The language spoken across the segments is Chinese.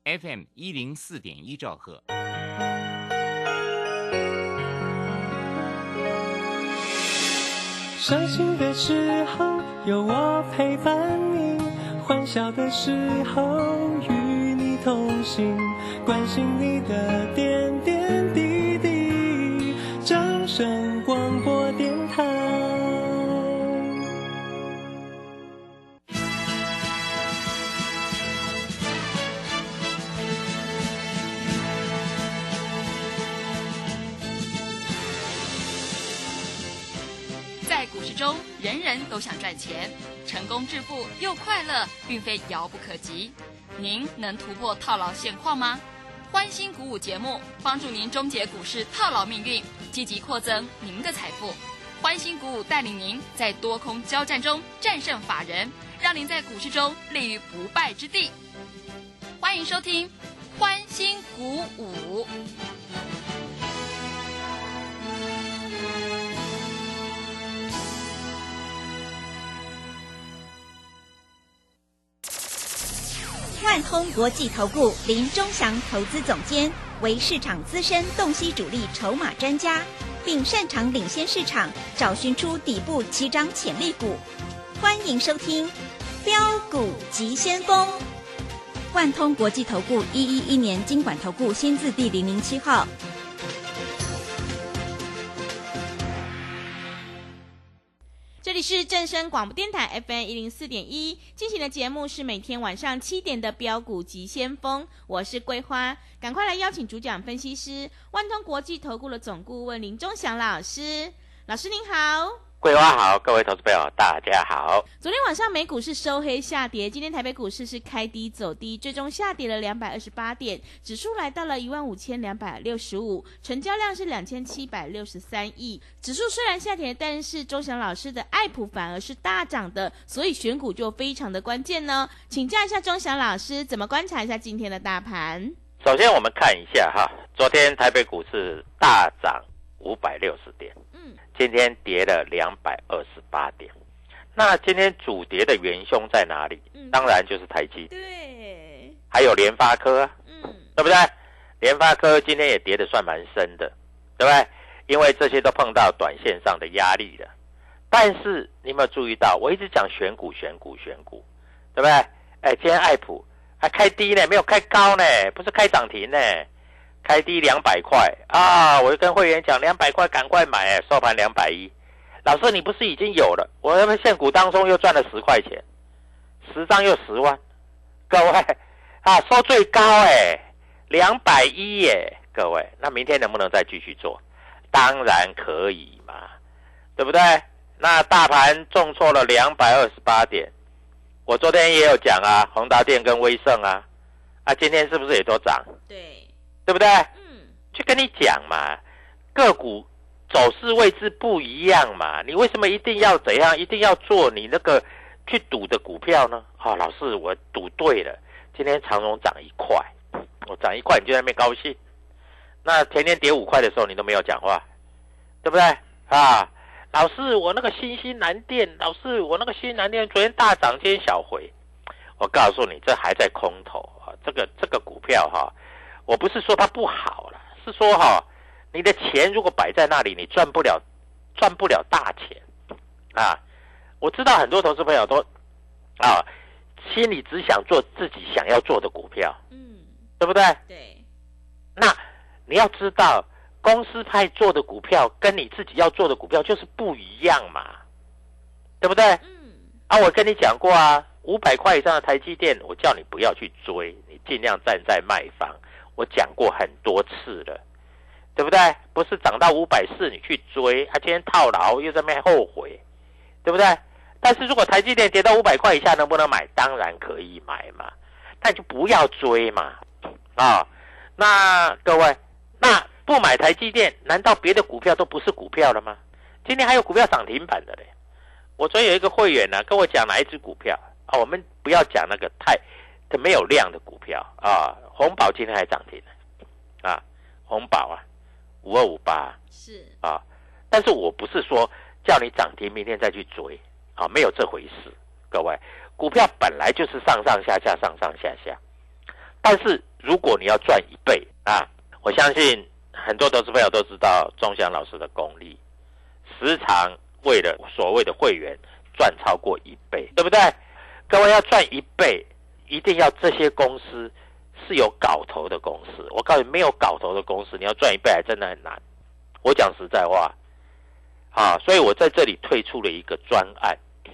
FM 104.1兆赫。 伤心的时候有我陪伴你，欢笑的时候与你同行，关心你的点点滴滴。掌声广播电台。 在股市中，人人都想赚钱，成功致富又快乐，并非遥不可及。您能突破套牢现况吗？欢欣鼓舞节目帮助您终结股市套牢命运，积极扩增您的财富。欢欣鼓舞带领您在多空交战中战胜法人，让您在股市中立于不败之地。欢迎收听欢欣鼓舞。 万通国际投顾林钟祥投资总监为市场资深洞悉主力筹码专家，并擅长领先市场，找寻出底部起涨潜力股。欢迎收听标股急先锋。万通国际投顾111年金管投顾新字第007号。 这里是正声广播电台 FM 104.1，进行的节目是每天晚上7点的标股急先锋，我是桂花，赶快来邀请主讲分析师万通国际投顾的总顾问林钟祥老师。老师您好。 桂花好，各位投资朋友大家好。 昨天晚上美股是收黑下跌，今天台北股市是开低走低，最终下跌了228点，指数来到了15265，成交量是2763亿。指数虽然下跌，但是钟祥老师的爱普反而是大涨的，所以选股就非常的关键呢。请教一下钟祥老师，怎么观察一下今天的大盘？ 首先我们看一下哈，昨天台北股市大涨560点，今天跌了228点。那今天主跌的元凶在哪里？当然就是台积电， 对， 还有联发科啊，对不对？联发科今天也跌得算蛮深的，对不对？因为这些都碰到短线上的压力了。但是你有没有注意到，我一直讲选股，对不对？今天爱普还开低呢，没有开高呢，不是开涨停呢，开低200块啊！我就跟会员讲，200块赶快买，收盘210。老师，你不是已经有了？我们现股当中又赚了10块钱，10张又10万，各位啊，收最高210耶，各位，那明天能不能再继续做？当然可以嘛，对不对？那大盘重挫了228点，我昨天也有讲啊，宏达电跟威盛啊，今天是不是也都涨？对不对？就跟你讲嘛，个股走势位置不一样嘛，你为什么一定要怎样？一定要做你那个去赌的股票呢？老师，我赌对了，今天长荣涨1块，我涨1块，你就在那边高兴。那前天跌5块的时候，你都没有讲话，对不对？老师，我那个新兴南电，老师，我那个新南电昨天大涨，今天小回。我告诉你，这还在空头啊，这个股票我不是说它不好啦，是说你的钱如果摆在那里，你赚不了大钱啊！我知道很多投资朋友都心里只想做自己想要做的股票，对不对？ 对。 那你要知道，公司派做的股票跟你自己要做的股票就是不一样嘛，对不对？我跟你讲过啊，500块以上的台积电，我叫你不要去追，你尽量站在卖方。我讲过很多次了，对不对？不是涨到540你去追，今天套牢又在那边后悔，对不对？但是如果台积电跌到500块以下能不能买？当然可以买嘛，但就不要追嘛。那各位，那不买台积电，难道别的股票都不是股票了吗？今天还有股票涨停板的嘞。我昨天有一个会员跟我讲哪一只股票我们不要讲那个太没有量的股票宏宝今天还涨停了宏宝5258 是但是我不是说叫你涨停明天再去追没有这回事。各位，股票本来就是上上下下，上上下下，但是如果你要赚1倍啊，我相信很多投资朋友都知道钟祥老师的功力，时常为了所谓的会员赚超过1倍，对不对？各位要赚1倍，一定要这些公司是有搞头的公司。我告诉你，没有搞头的公司，你要赚1倍还真的很难。我讲实在话，所以我在这里推出了一个专案，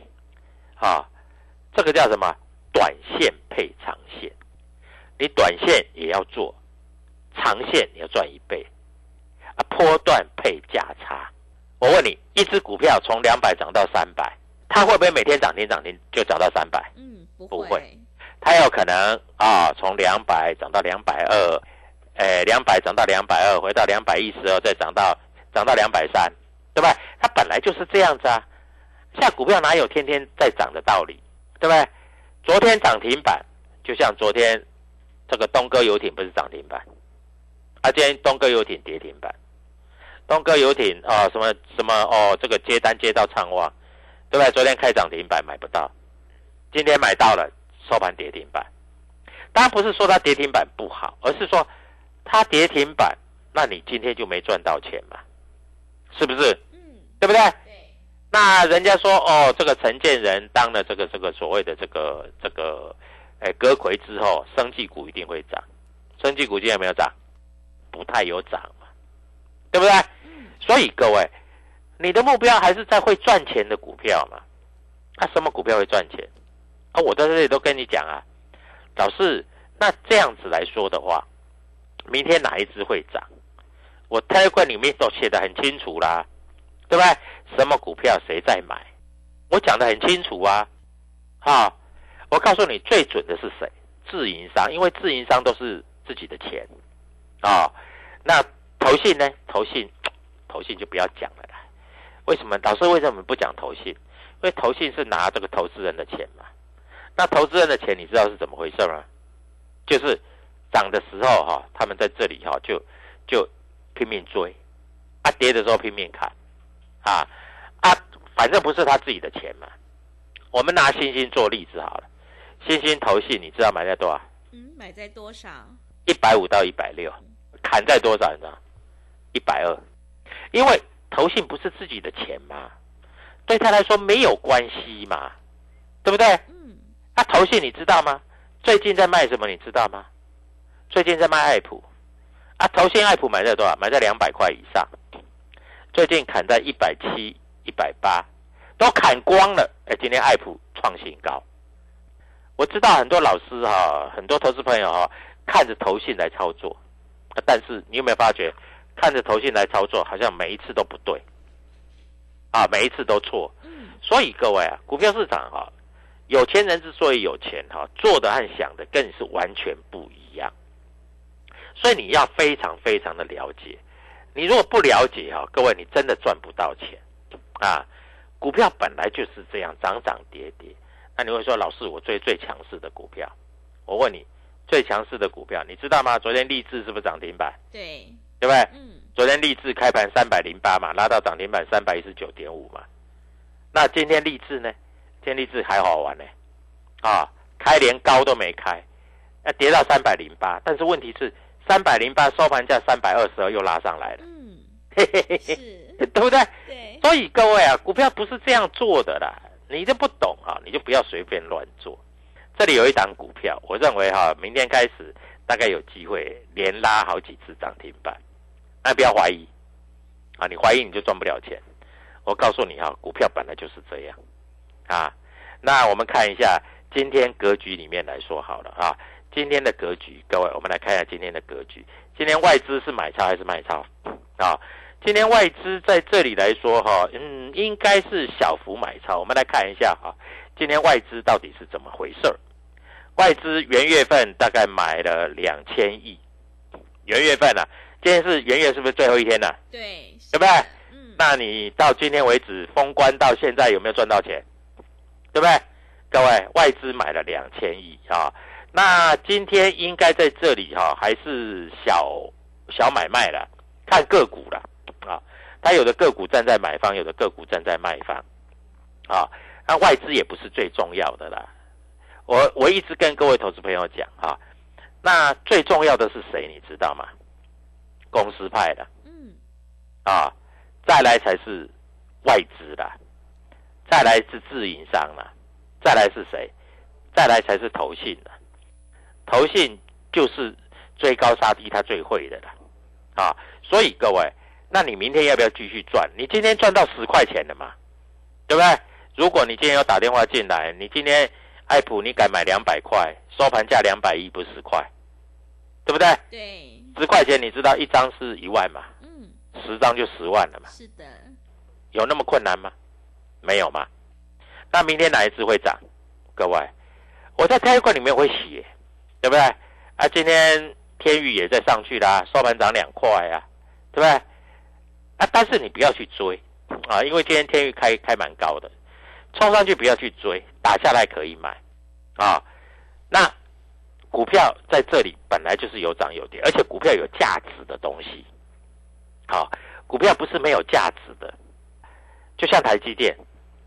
这个叫什么？短线配长线。你短线也要做，长线也要赚1倍，波段配价差。我问你，一只股票从200涨到300，它会不会每天涨停就涨到300？不会。它有可能从200涨到220， 200涨到220，回到212，再涨到230，对吧？它本来就是这样子啊。像股票哪有天天在涨的道理，对不对？昨天涨停板，就像昨天这个东哥游艇不是涨停板，今天东哥游艇跌停板。东哥游艇什么这个接单接到畅旺，对不对？昨天开涨停板买不到，今天买到了，收盘跌停板。当然不是说它跌停板不好，而是说它跌停板，那你今天就没赚到钱嘛，是不是？对不对？对。那人家说这个陈建仁当了这个所谓的这个阁揆之后，生技股一定会涨。生技股今天有没有涨？不太有涨嘛，对不对？所以各位，你的目标还是在会赚钱的股票嘛？什么股票会赚钱？我在这里都跟你讲啊，老师，那这样子来说的话，明天哪一只会涨？我 Telegram 里面都写得很清楚啦，对不对？什么股票谁在买？我讲得很清楚啊。我告诉你，最准的是谁？自营商，因为自营商都是自己的钱那投信呢？投信就不要讲了啦。为什么？老师为什么不讲投信？因为投信是拿这个投资人的钱嘛。那投资人的钱你知道是怎么回事吗？就是涨的时候他们在这里就拼命追，跌的时候拼命砍反正不是他自己的钱嘛。我们拿星星做例子好了，星星投信你知道买在多少？ 买在多少 ？150到160，砍在多少？你知道？120。因为投信不是自己的钱嘛，对他来说没有关系嘛，对不对？投信你知道吗？最近在卖什么你知道吗？最近在卖爱普投信爱普买在多少？买在200块以上，最近砍在170、180，都砍光了。今天爱普创新高。我知道很多老师很多投资朋友看着投信来操作，但是你有没有发觉，看着投信来操作，好像每一次都不对每一次都错。所以各位股票市场有钱人之所以有钱做的和想的跟你是完全不一样。所以你要非常非常的了解。你如果不了解各位你真的赚不到钱股票本来就是这样，涨涨跌跌。那你会说，老师，我追最强势的股票。我问你，最强势的股票你知道吗？昨天励志是不是涨停板？ 对不对？昨天励志开盘308嘛，拉到涨停板319.5嘛。那今天励志呢？今天励志还好玩呢开连高都没开，跌到308，但是问题是308收盘价322又拉上来了。是，对不对？对。所以各位股票不是这样做的啦，你就不懂你就不要随便乱做。这里有一档股票，我认为明天开始大概有机会连拉好几次涨停板，那不要怀疑你怀疑你就赚不了钱。我告诉你股票本来就是这样那我们看一下今天格局里面来说好了今天的格局，各位我们来看一下今天的格局。今天外资是买超还是卖超今天外资在这里来说应该是小幅买超。我们来看一下今天外资到底是怎么回事。外资元月份大概买了2000亿，元月份今天是元月，是不是最后一天了？ 对， 对不对？那你到今天为止封关到现在有没有赚到钱？对不对？各位，外资买了2000亿那今天应该在这里还是小买卖了，看个股了它有的个股站在买方，有的个股站在卖方那外资也不是最重要的啦。我一直跟各位投资朋友讲那最重要的是谁，你知道吗？公司派的，再来才是外资的，再来是自营商啦，再来是谁？再来才是投信的。投信就是追高杀低，他最会的啦，所以各位，那你明天要不要继续赚？你今天赚到10块钱了嘛，对不对？如果你今天有打电话进来，你今天爱普你敢买200块，收盘价210，不是10块，对不对？ 对 ，10块钱你知道一张是1万嘛，10张就10万了嘛。 是的， 有那么困难吗？没有嘛。那明天哪一只会涨？各位，我在 Telegram 里面会写，对不对？今天天宇也在上去啦，收盘涨2块啊，对不对？但是你不要去追因为今天天宇开蛮高的，冲上去不要去追，打下来可以买那股票在这里本来就是有涨有跌，而且股票有价值的东西，股票不是没有价值的，就像台积电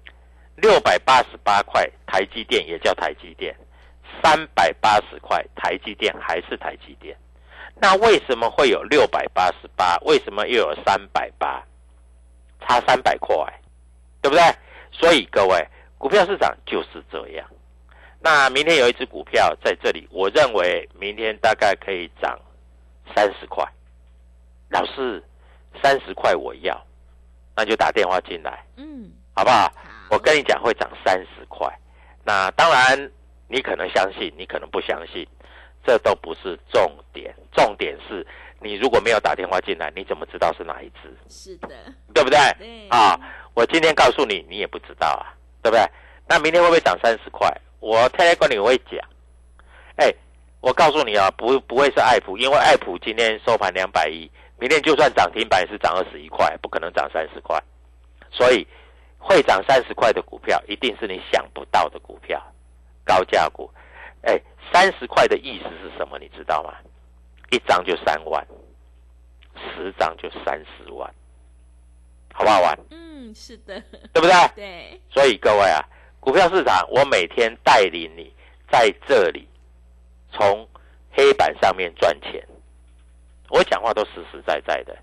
688块，台积电也叫台积电，380块，台积电还是台积电。那为什么会有688？为什么又有380？差300块，对不对？所以各位，股票市场就是这样。那明天有一只股票在这里，我认为明天大概可以涨30块。老师，30块我要，那就打电话进来，好不好？我跟你讲会涨30块。那当然，你可能相信，你可能不相信，这都不是重点。重点是你如果没有打电话进来，你怎么知道是哪一只？ 是的， 对不对？ 对我今天告诉你，你也不知道啊，对不对？那明天会不会涨30块？我Telegram里会讲。我告诉你不会是爱普，因为爱普今天收盘210，明天就算涨停板也是涨21块，不可能涨30块。所以会涨30块的股票，一定是你想不到的股票，高价股。30块的意思是什么？你知道吗？1张就3万，10张就30万，好不好玩？ 是的， 对不对？ 对。 所以各位股票市场，我每天带领你在这里从黑板上面赚钱，我讲话都实实在在的。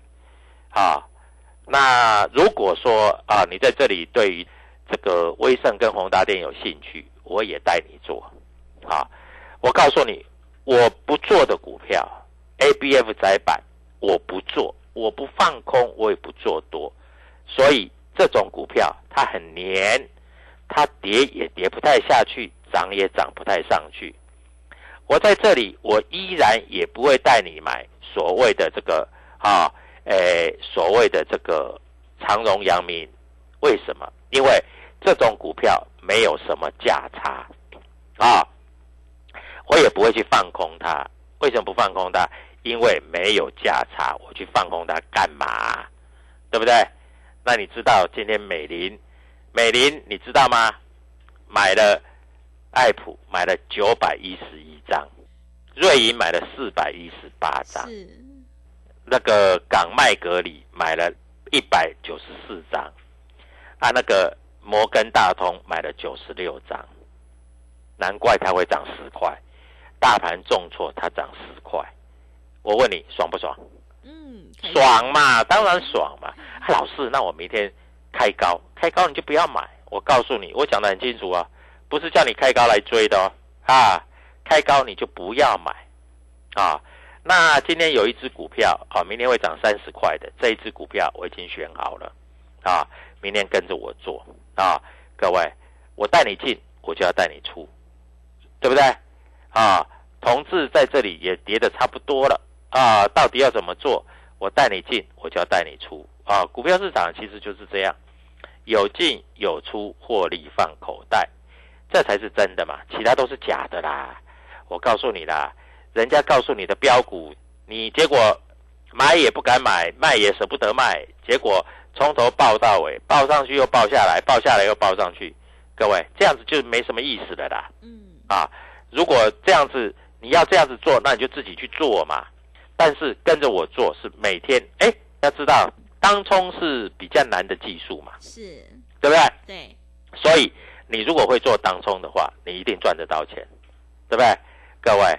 那如果说你在这里对于这个威盛跟宏达电有兴趣，我也带你做。我告诉你，我不做的股票 ABF 载板我不做，我不放空，我也不做多，所以这种股票它很黏，它跌也跌不太下去，涨也涨不太上去。我在这里，我依然也不会带你买所谓的这个所谓的这个长荣、阳明。为什么？因为这种股票没有什么价差我也不会去放空它。为什么不放空它？因为没有价差，我去放空它干嘛？对不对？那你知道今天美林你知道吗？买了爱普买了911张，瑞银买了418张， 是那个港麦格里买了194张，那个摩根大通买了96张，难怪它会涨10块。大盘重挫，它涨10块。我问你，爽不爽？爽嘛，当然爽嘛。老师，那我明天开高你就不要买。我告诉你，我讲得很清楚不是叫你开高来追的开高你就不要买那今天有一只股票明天会涨30块的，这一只股票我已经选好了明天跟着我做各位，我带你进，我就要带你出，对不对同志在这里也跌得差不多了到底要怎么做？我带你进，我就要带你出股票市场其实就是这样，有进有出，获利放口袋，这才是真的嘛，其他都是假的啦。我告诉你啦，人家告诉你的标股，你结果买也不敢买，卖也舍不得卖，结果从头抱到尾，抱上去又抱下来，抱下来又抱上去，各位这样子就没什么意思了啦。如果这样子你要这样子做，那你就自己去做嘛。但是跟着我做是每天，要知道当冲是比较难的技术嘛， 是， 对不对？ 对。 所以你如果会做当冲的话，你一定赚得到钱，对不对？各位，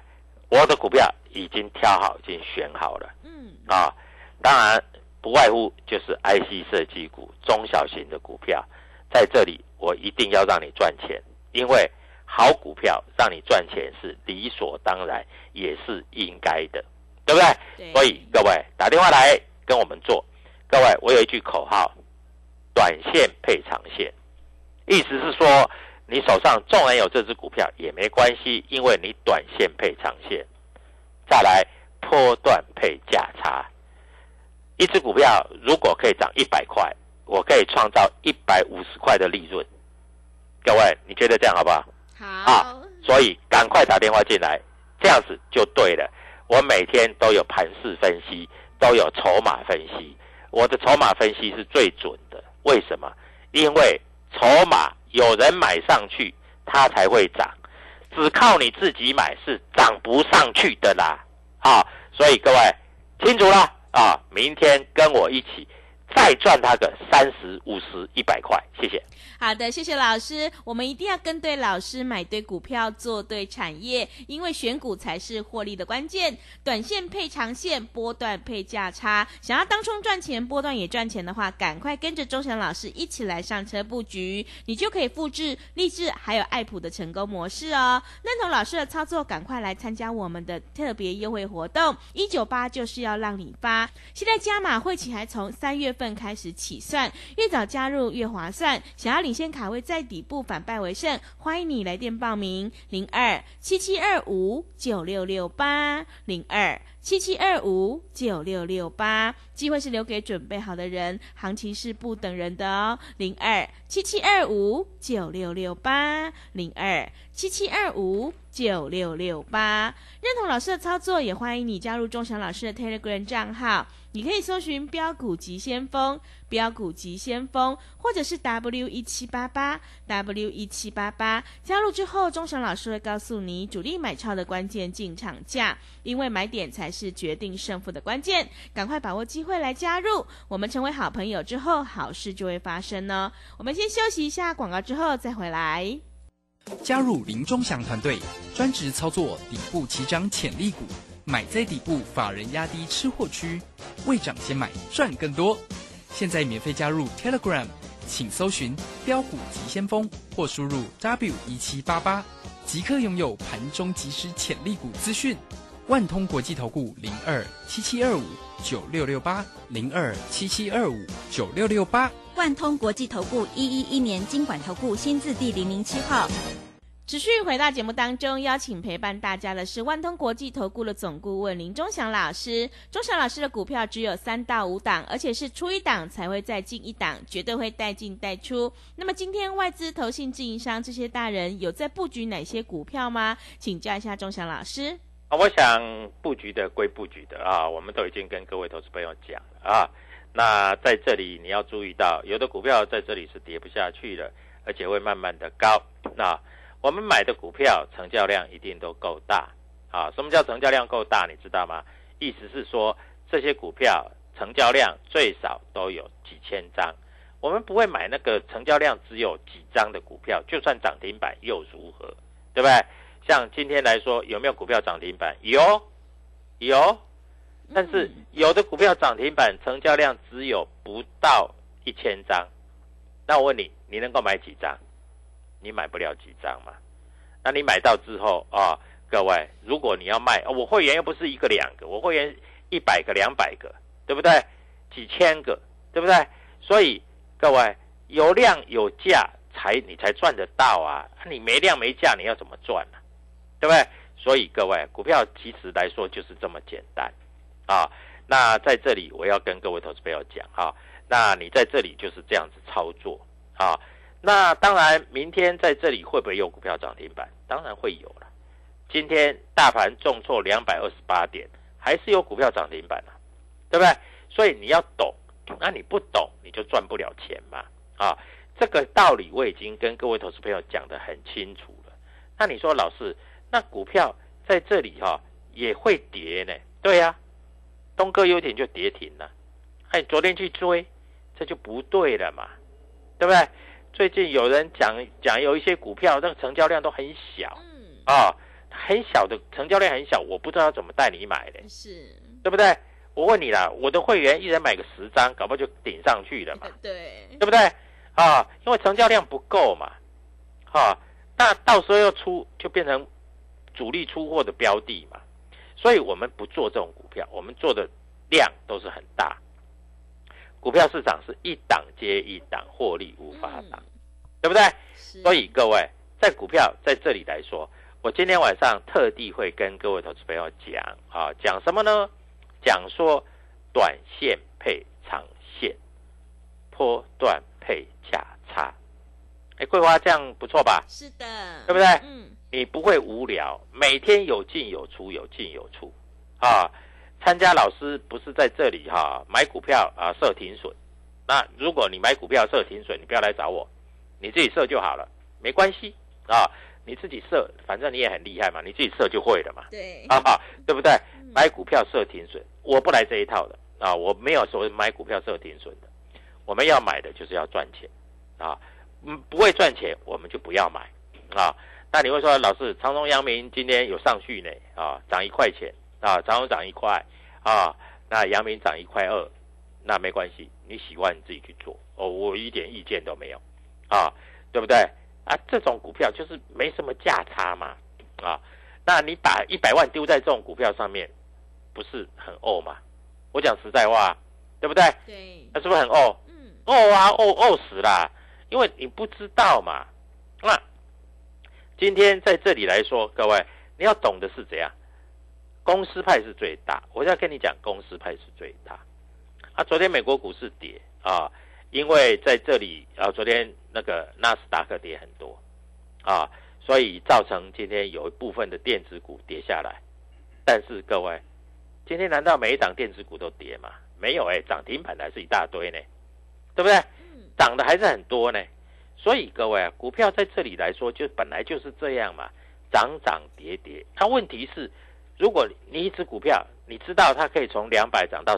我的股票已经挑好，已经选好了。当然不外乎就是 IC 设计股、中小型的股票，在这里我一定要让你赚钱，因为好股票让你赚钱是理所当然，也是应该的，对不对？ 对。 所以各位打电话来跟我们做。各位，我有一句口号：短线配长线，意思是说，你手上纵然有这只股票也没关系，因为你短线配长线。再来，波段配价差。一只股票如果可以涨100块，我可以创造150块的利润。各位，你觉得这样好不好？ 好。 所以赶快打电话进来，这样子就对了。我每天都有盘势分析，都有筹码分析。我的筹码分析是最准的，为什么？因为筹码有人买上去，它才会涨，只靠你自己买是涨不上去的啦。所以各位清楚了明天跟我一起再赚它个30、50、100块，谢谢。 好的，谢谢老师。我们一定要跟对老师，买对股票，做对产业，因为选股才是获利的关键。短线配长线，波段配价差。想要当冲赚钱，波段也赚钱的话，赶快跟着钟祥老师一起来上车布局，你就可以复制励志还有爱普的成功模式哦。认同老师的操作，赶快来参加我们的特别优惠活动，198就是要让你发。现在加码会期还从3月份开始起算，越早加入越划算。想要领先卡位在底部，反败为胜，欢迎你来电报名02-7725-9668 02-7725-9668，机会是留给准备好的人，行情是不等人的哦。02-7725-9668 02-7725-9668。认同老师的操作，也欢迎你加入钟祥老师的 Telegram 账号，你可以搜寻标股急先锋、标股急先锋，或者是 W1788 W1788。加入之后，钟祥老师会告诉你主力买超的关键进场价，因为买点才是决定胜负的关键。赶快把握机会来加入，我们成为好朋友之后，好事就会发生呢。我们先休息一下广告，之后再回来。 加入林钟祥团队，专职操作底部起涨潜力股，买在底部，法人压低吃货区，未涨先买赚更多。现在免费加入 Telegram， 请搜寻标股急先锋或输入 W1788， 即刻拥有盘中即时潜力股资讯。万通国际投顾02-7725-9668 02-7725-9668。 万通国际投顾111年金管投顾新字第007号。 持续回到节目当中，邀请陪伴大家的是万通国际投顾的总顾问林钟祥老师。钟祥老师的股票只有3到5档，而且是出一档才会再进一档，绝对会带进带出。那么今天外资、投信、自营商这些大人有在布局哪些股票吗？请教一下钟祥老师。 我想布局的归布局的我们都已经跟各位投资朋友讲了那在这里你要注意到，有的股票在这里是跌不下去了，而且会慢慢的高。那我们买的股票成交量一定都够大什么叫成交量够大？你知道吗？意思是说这些股票成交量最少都有几千张，我们不会买那个成交量只有几张的股票，就算涨停板又如何，对不对？像今天来说，有没有股票涨停板？有，但是有的股票涨停板成交量只有不到1000张，那我问你，你能够买几张？你买不了几张嘛。那你买到之后各位，如果你要卖我会员又不是1个2个，我会员100个200个，对不对？几千个，对不对？所以各位，有量有价你才赚得到你没量没价你要怎么赚对不对？所以各位，股票其实来说就是这么简单那在这里我要跟各位投资朋友讲那你在这里就是这样子操作那当然明天在这里会不会有股票涨停板？当然会有了。今天大盘重挫228点，还是有股票涨停板对不对？所以你要懂，那你不懂你就赚不了钱嘛这个道理我已经跟各位投资朋友讲得很清楚了。那你说老师，那股票在这里也会跌呢？对东哥优点就跌停了，昨天去追，这就不对了嘛，对不对？最近有人讲有一些股票那个成交量都很小很小的成交量很小，我不知道怎么带你买的， 是， 对不对？我问你啦，我的会员一人买个10张，搞不好就顶上去了嘛， 对不对？因为成交量不够嘛，那到时候要出就变成主力出货的标的嘛，所以我们不做这种股票，我们做的量都是很大。股票市场是一档接一档，获利无法挡，对不对？所以各位在股票在这里来说，我今天晚上特地会跟各位投资朋友讲什么呢？讲说短线配长线，波段配价差。桂花这样不错吧？ 是的， 对不对？你不会无聊，每天有进有出，有进有出参加老师不是在这里买股票设停损。那如果你买股票设停损，你不要来找我，你自己设就好了，没关系你自己设，反正你也很厉害嘛，你自己设就会了嘛， 对对不对？买股票设停损，我不来这一套的我没有所谓买股票设停损的，我们要买的就是要赚钱不会赚钱我们就不要买那你会说老师，长荣阳明今天有上去呢涨1块钱长荣涨1块那阳明涨1块2，那没关系，你喜欢你自己去做我一点意见都没有对不对这种股票就是没什么价差嘛那你把100万丢在这种股票上面，不是很吗？我讲实在话，对不对？ 对， 那是不是很怄死啦？因为你不知道嘛。那今天在这里来说，各位你要懂的是怎样，公司派是最大。我要跟你讲，公司派是最大。昨天美国股市跌因为在这里昨天那个纳斯达克跌很多所以造成今天有一部分的电子股跌下来。但是各位，今天难道每一档电子股都跌吗？没有涨停板还是一大堆呢，对不对？涨的还是很多呢。所以各位股票在这里来说就本来就是这样嘛，涨涨跌跌。问题是，如果你一只股票你知道它可以从200涨到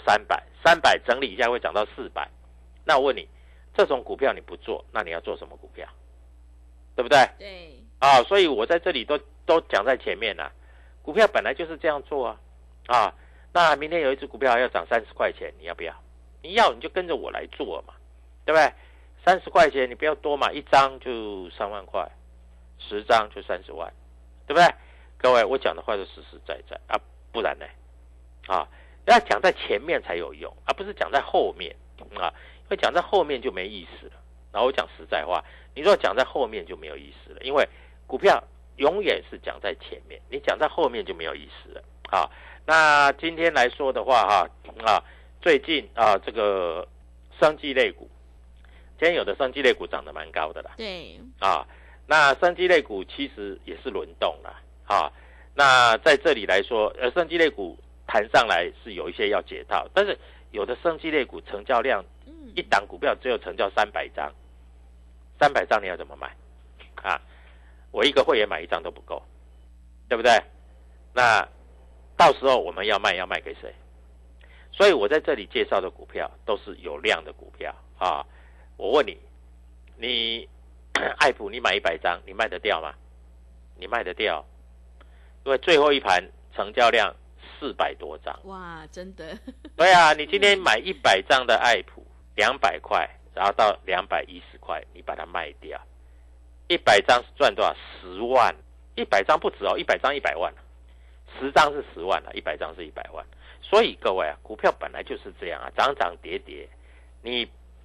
300整理一下会涨到400，那我问你，这种股票你不做，那你要做什么股票？对不对？ 对所以我在这里都讲在前面啦，股票本来就是这样做那明天有一只股票要涨30块钱，你要不要？你要你就跟着我来做嘛，对不对？30块钱你不要多嘛，一张就3万块，10张就30万，对不对？各位，我讲的话就实实在在不然呢要讲在前面才有用不是讲在后面因为讲在后面就没意思了。然后我讲实在话，你如果讲在后面就没有意思了，因为股票永远是讲在前面，你讲在后面就没有意思了那今天来说的话最近这个生技类股，今天有的生技类股涨得蛮高的啦， 对那生技类股其实也是轮动啦那在这里来说生技类股弹上来是有一些要解套，但是有的生技类股成交量一档股票只有成交300张，300张你要怎么买我一个会员买1张都不够，对不对？那到时候我们要卖给谁？所以我在这里介绍的股票都是有量的股票我问你爱普你买100张你卖得掉吗？你卖得掉，因为最后一盘成交量400多张， 哇，真的对你今天买100张的爱普200块，然后到210块你把它卖掉，100张是赚多少？10万，100张不止100张100万，10张是10万100张是100万。所以各位股票本来就是这样涨涨跌跌，你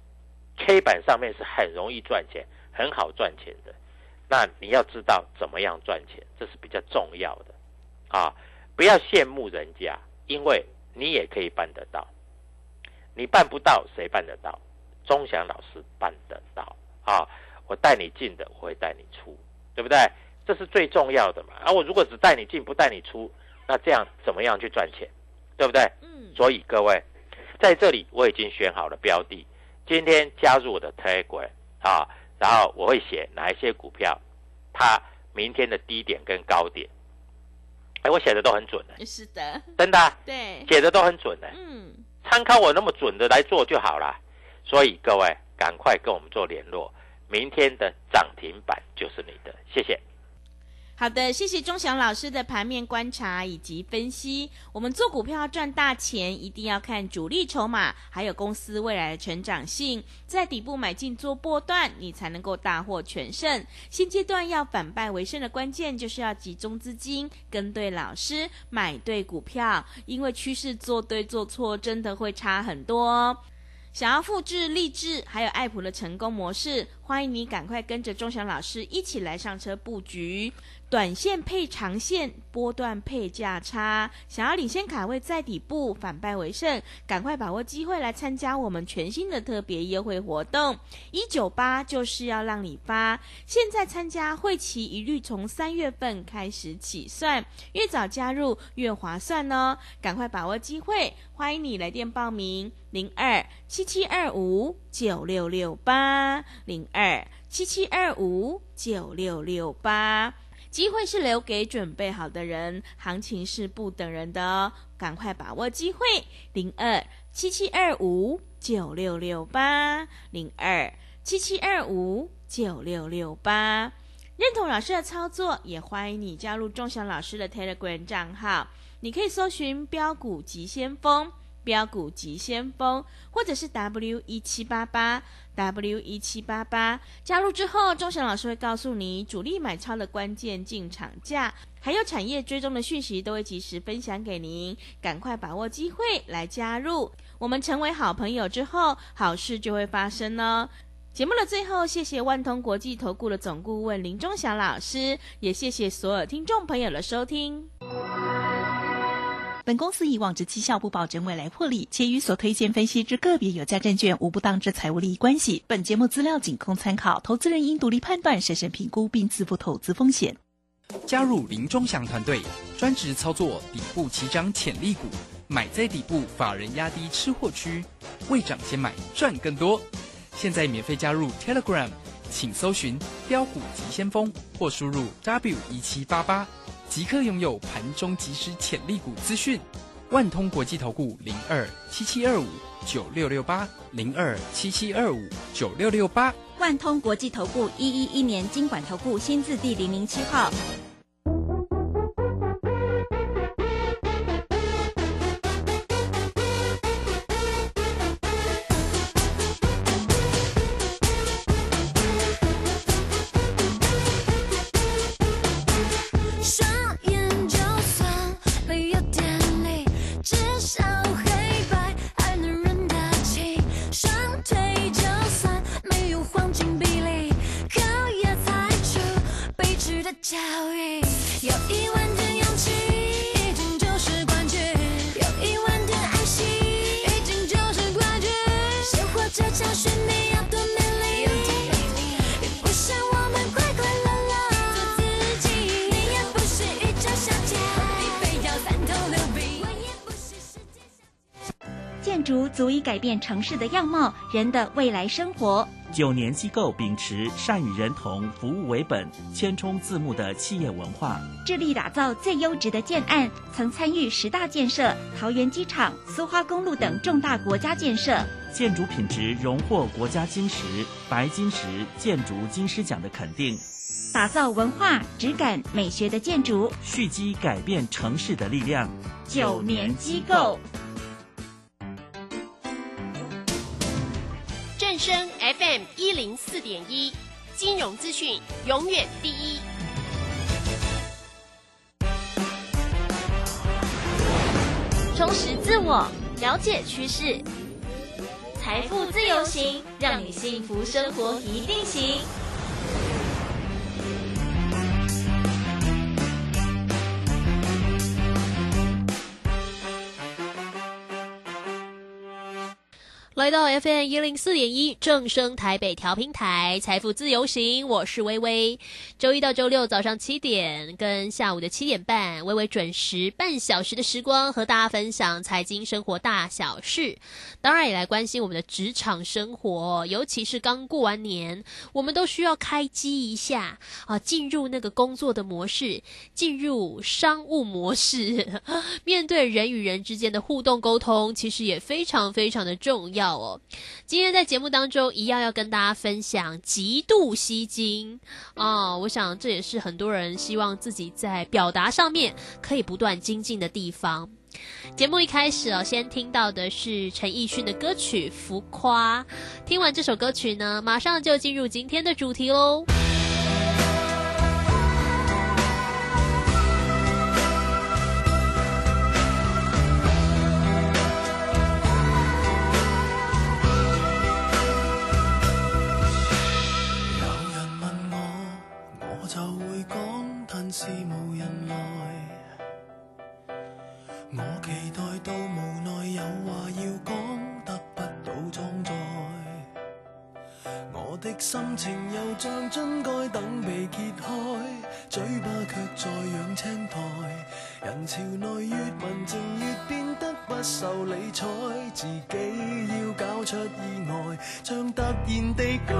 K 板上面是很容易赚钱，很好赚钱的。那你要知道怎么样赚钱，这是比较重要的不要羡慕人家，因为你也可以办得到，你办不到谁办得到？钟祥老师办得到我带你进的我会带你出，对不对？这是最重要的嘛我如果只带你进不带你出，那这样怎么样去赚钱，对不对？所以各位在这里我已经选好了标的，今天加入我的 Telegram 然后我会写哪一些股票它明天的低点跟高点我写的都很准是的， 真的对， 写的都很准参考我那么准的来做就好了。所以各位赶快跟我们做联络，明天的涨停板就是你的，谢谢。 好的，谢谢钟祥老师的盘面观察以及分析。我们做股票要赚大钱，一定要看主力筹码，还有公司未来的成长性，在底部买进做波段，你才能够大获全胜。现阶段要反败为胜的关键，就是要集中资金，跟对老师，买对股票，因为趋势做对做错真的会差很多哦。想要复制励志还有爱普的成功模式，欢迎你赶快跟着钟祥老师一起来上车布局，短线配长线，波段配价差。想要领先卡位在底部，反败为胜，赶快把握机会来参加我们全新的特别优惠活动198就是要让你发。现在参加会期一律从3月份开始起算，越早加入越划算哦，赶快把握机会，欢迎你来电报名02-7725-9668 02-7725-9668。机会是留给准备好的人，行情是不等人的哦，赶快把握机会，02-7725-9668 02-7725-9668。认同老师的操作，也欢迎你加入钟祥老师的 Telegram 账号，你可以搜寻标股急先锋，标股急先锋，或者是 W1788 W1788。加入之后，钟祥老师会告诉你主力买超的关键进场价，还有产业追踪的讯息都会及时分享给您，赶快把握机会来加入。我们成为好朋友之后，好事就会发生哦。节目的最后，谢谢万通国际投顾的总顾问林钟祥老师，也谢谢所有听众朋友的收听。 本公司以往之绩效不保证未来获利，且与所推荐分析之个别有价证券无不当之财务利益关系。本节目资料仅供参考，投资人应独立判断、审慎评估并自负投资风险。 加入林钟祥团队，专职操作底部起涨潜力股，买在底部，法人压低吃货区，未涨先买赚更多。现在免费加入 Telegram， 请搜寻标股急先锋或输入 W1788，即刻拥有盘中即时潜力股资讯。万通国际投顾02-7725-9668 02-7725-9668。 万通国际投顾111年金管投顾新字第007号。 教育有1万点勇气，已经就是冠军；有1万点爱惜，已经就是冠军。生活这场训练要多美丽，也不像我们快快乐乐做自己。你也不是一张小姐，你非要3头6臂，我也不是世界上。 建筑足以改变城市的样貌，人的未来生活。 9年机构秉持善与人同、服务为本、千冲自牧的企业文化， 致力打造最优质的建案，曾参与10大建设、桃园机场、苏花公路等重大国家建设。 建筑品质荣获国家金石、白金石建筑金狮奖的肯定， 打造文化、质感、美学的建筑， 蓄积改变城市的力量。 9年机构。 正声 FM 104.1，金融资讯永远第一。 充实自我，了解趋势，财富自由行，让你幸福生活一定行。 来到 FM 104.1正声台北调频台，财富自由行，我是微微。周一到周六早上7点跟下午的7点半，微微准时半小时的时光，和大家分享财经生活大小事。当然也来关心我们的职场生活，尤其是刚过完年，我们都需要开机一下啊，进入那个工作的模式，进入商务模式。面对人与人之间的互动沟通，其实也非常非常的重要。 要哦。今天在节目当中一样要跟大家分享极度吸睛我想这也是很多人希望自己在表达上面可以不断精进的地方。节目一开始先听到的是陈奕迅的歌曲《浮夸》。听完这首歌曲呢，马上就进入今天的主题咯。 就會講，但是無人來。我期待到無奈，有話要講，得不到裝載。我的心情又像樽蓋等被揭開，嘴巴卻在養青苔。人潮內越文靜越變得不受理睬，自己要搞出意外，像突然地高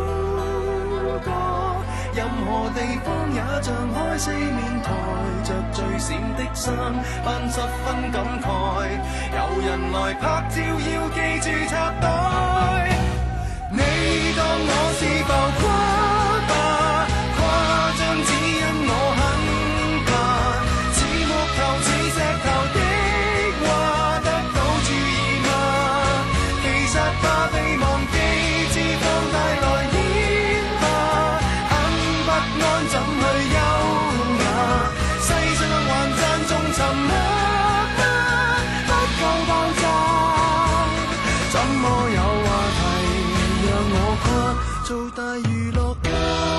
歌。任何地方也像開四面台，着最閃的衫，扮十分感慨。有人來拍照，要記住插袋。你當我是浮誇吧，誇張只因我很怕，似木頭似石頭的話得到注意嗎？其實怕被忘記，只放大來演吧。安怎去優雅？世上還讚頌沉默嗎？不夠爆炸，怎麼有話題讓我誇做大娛樂家？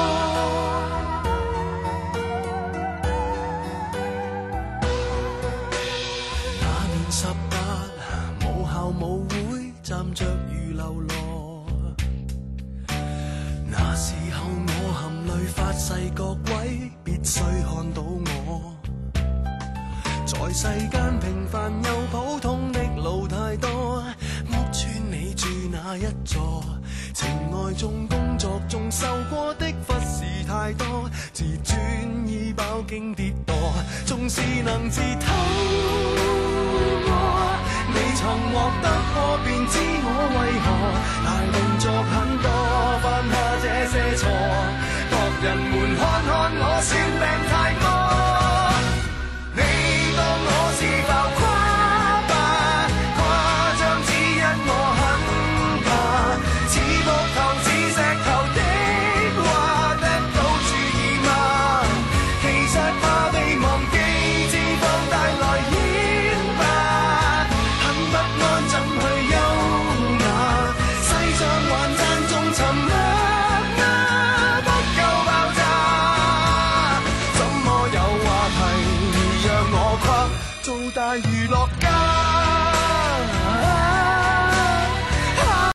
那年18，母校舞會站着如流羅，那時候我含淚發誓各位必須看到我，在世間平凡又普通的路太多，屋邨你住哪一座？情愛中工作中受過的忽視太多，自尊已飽經跌墮，縱是能自偷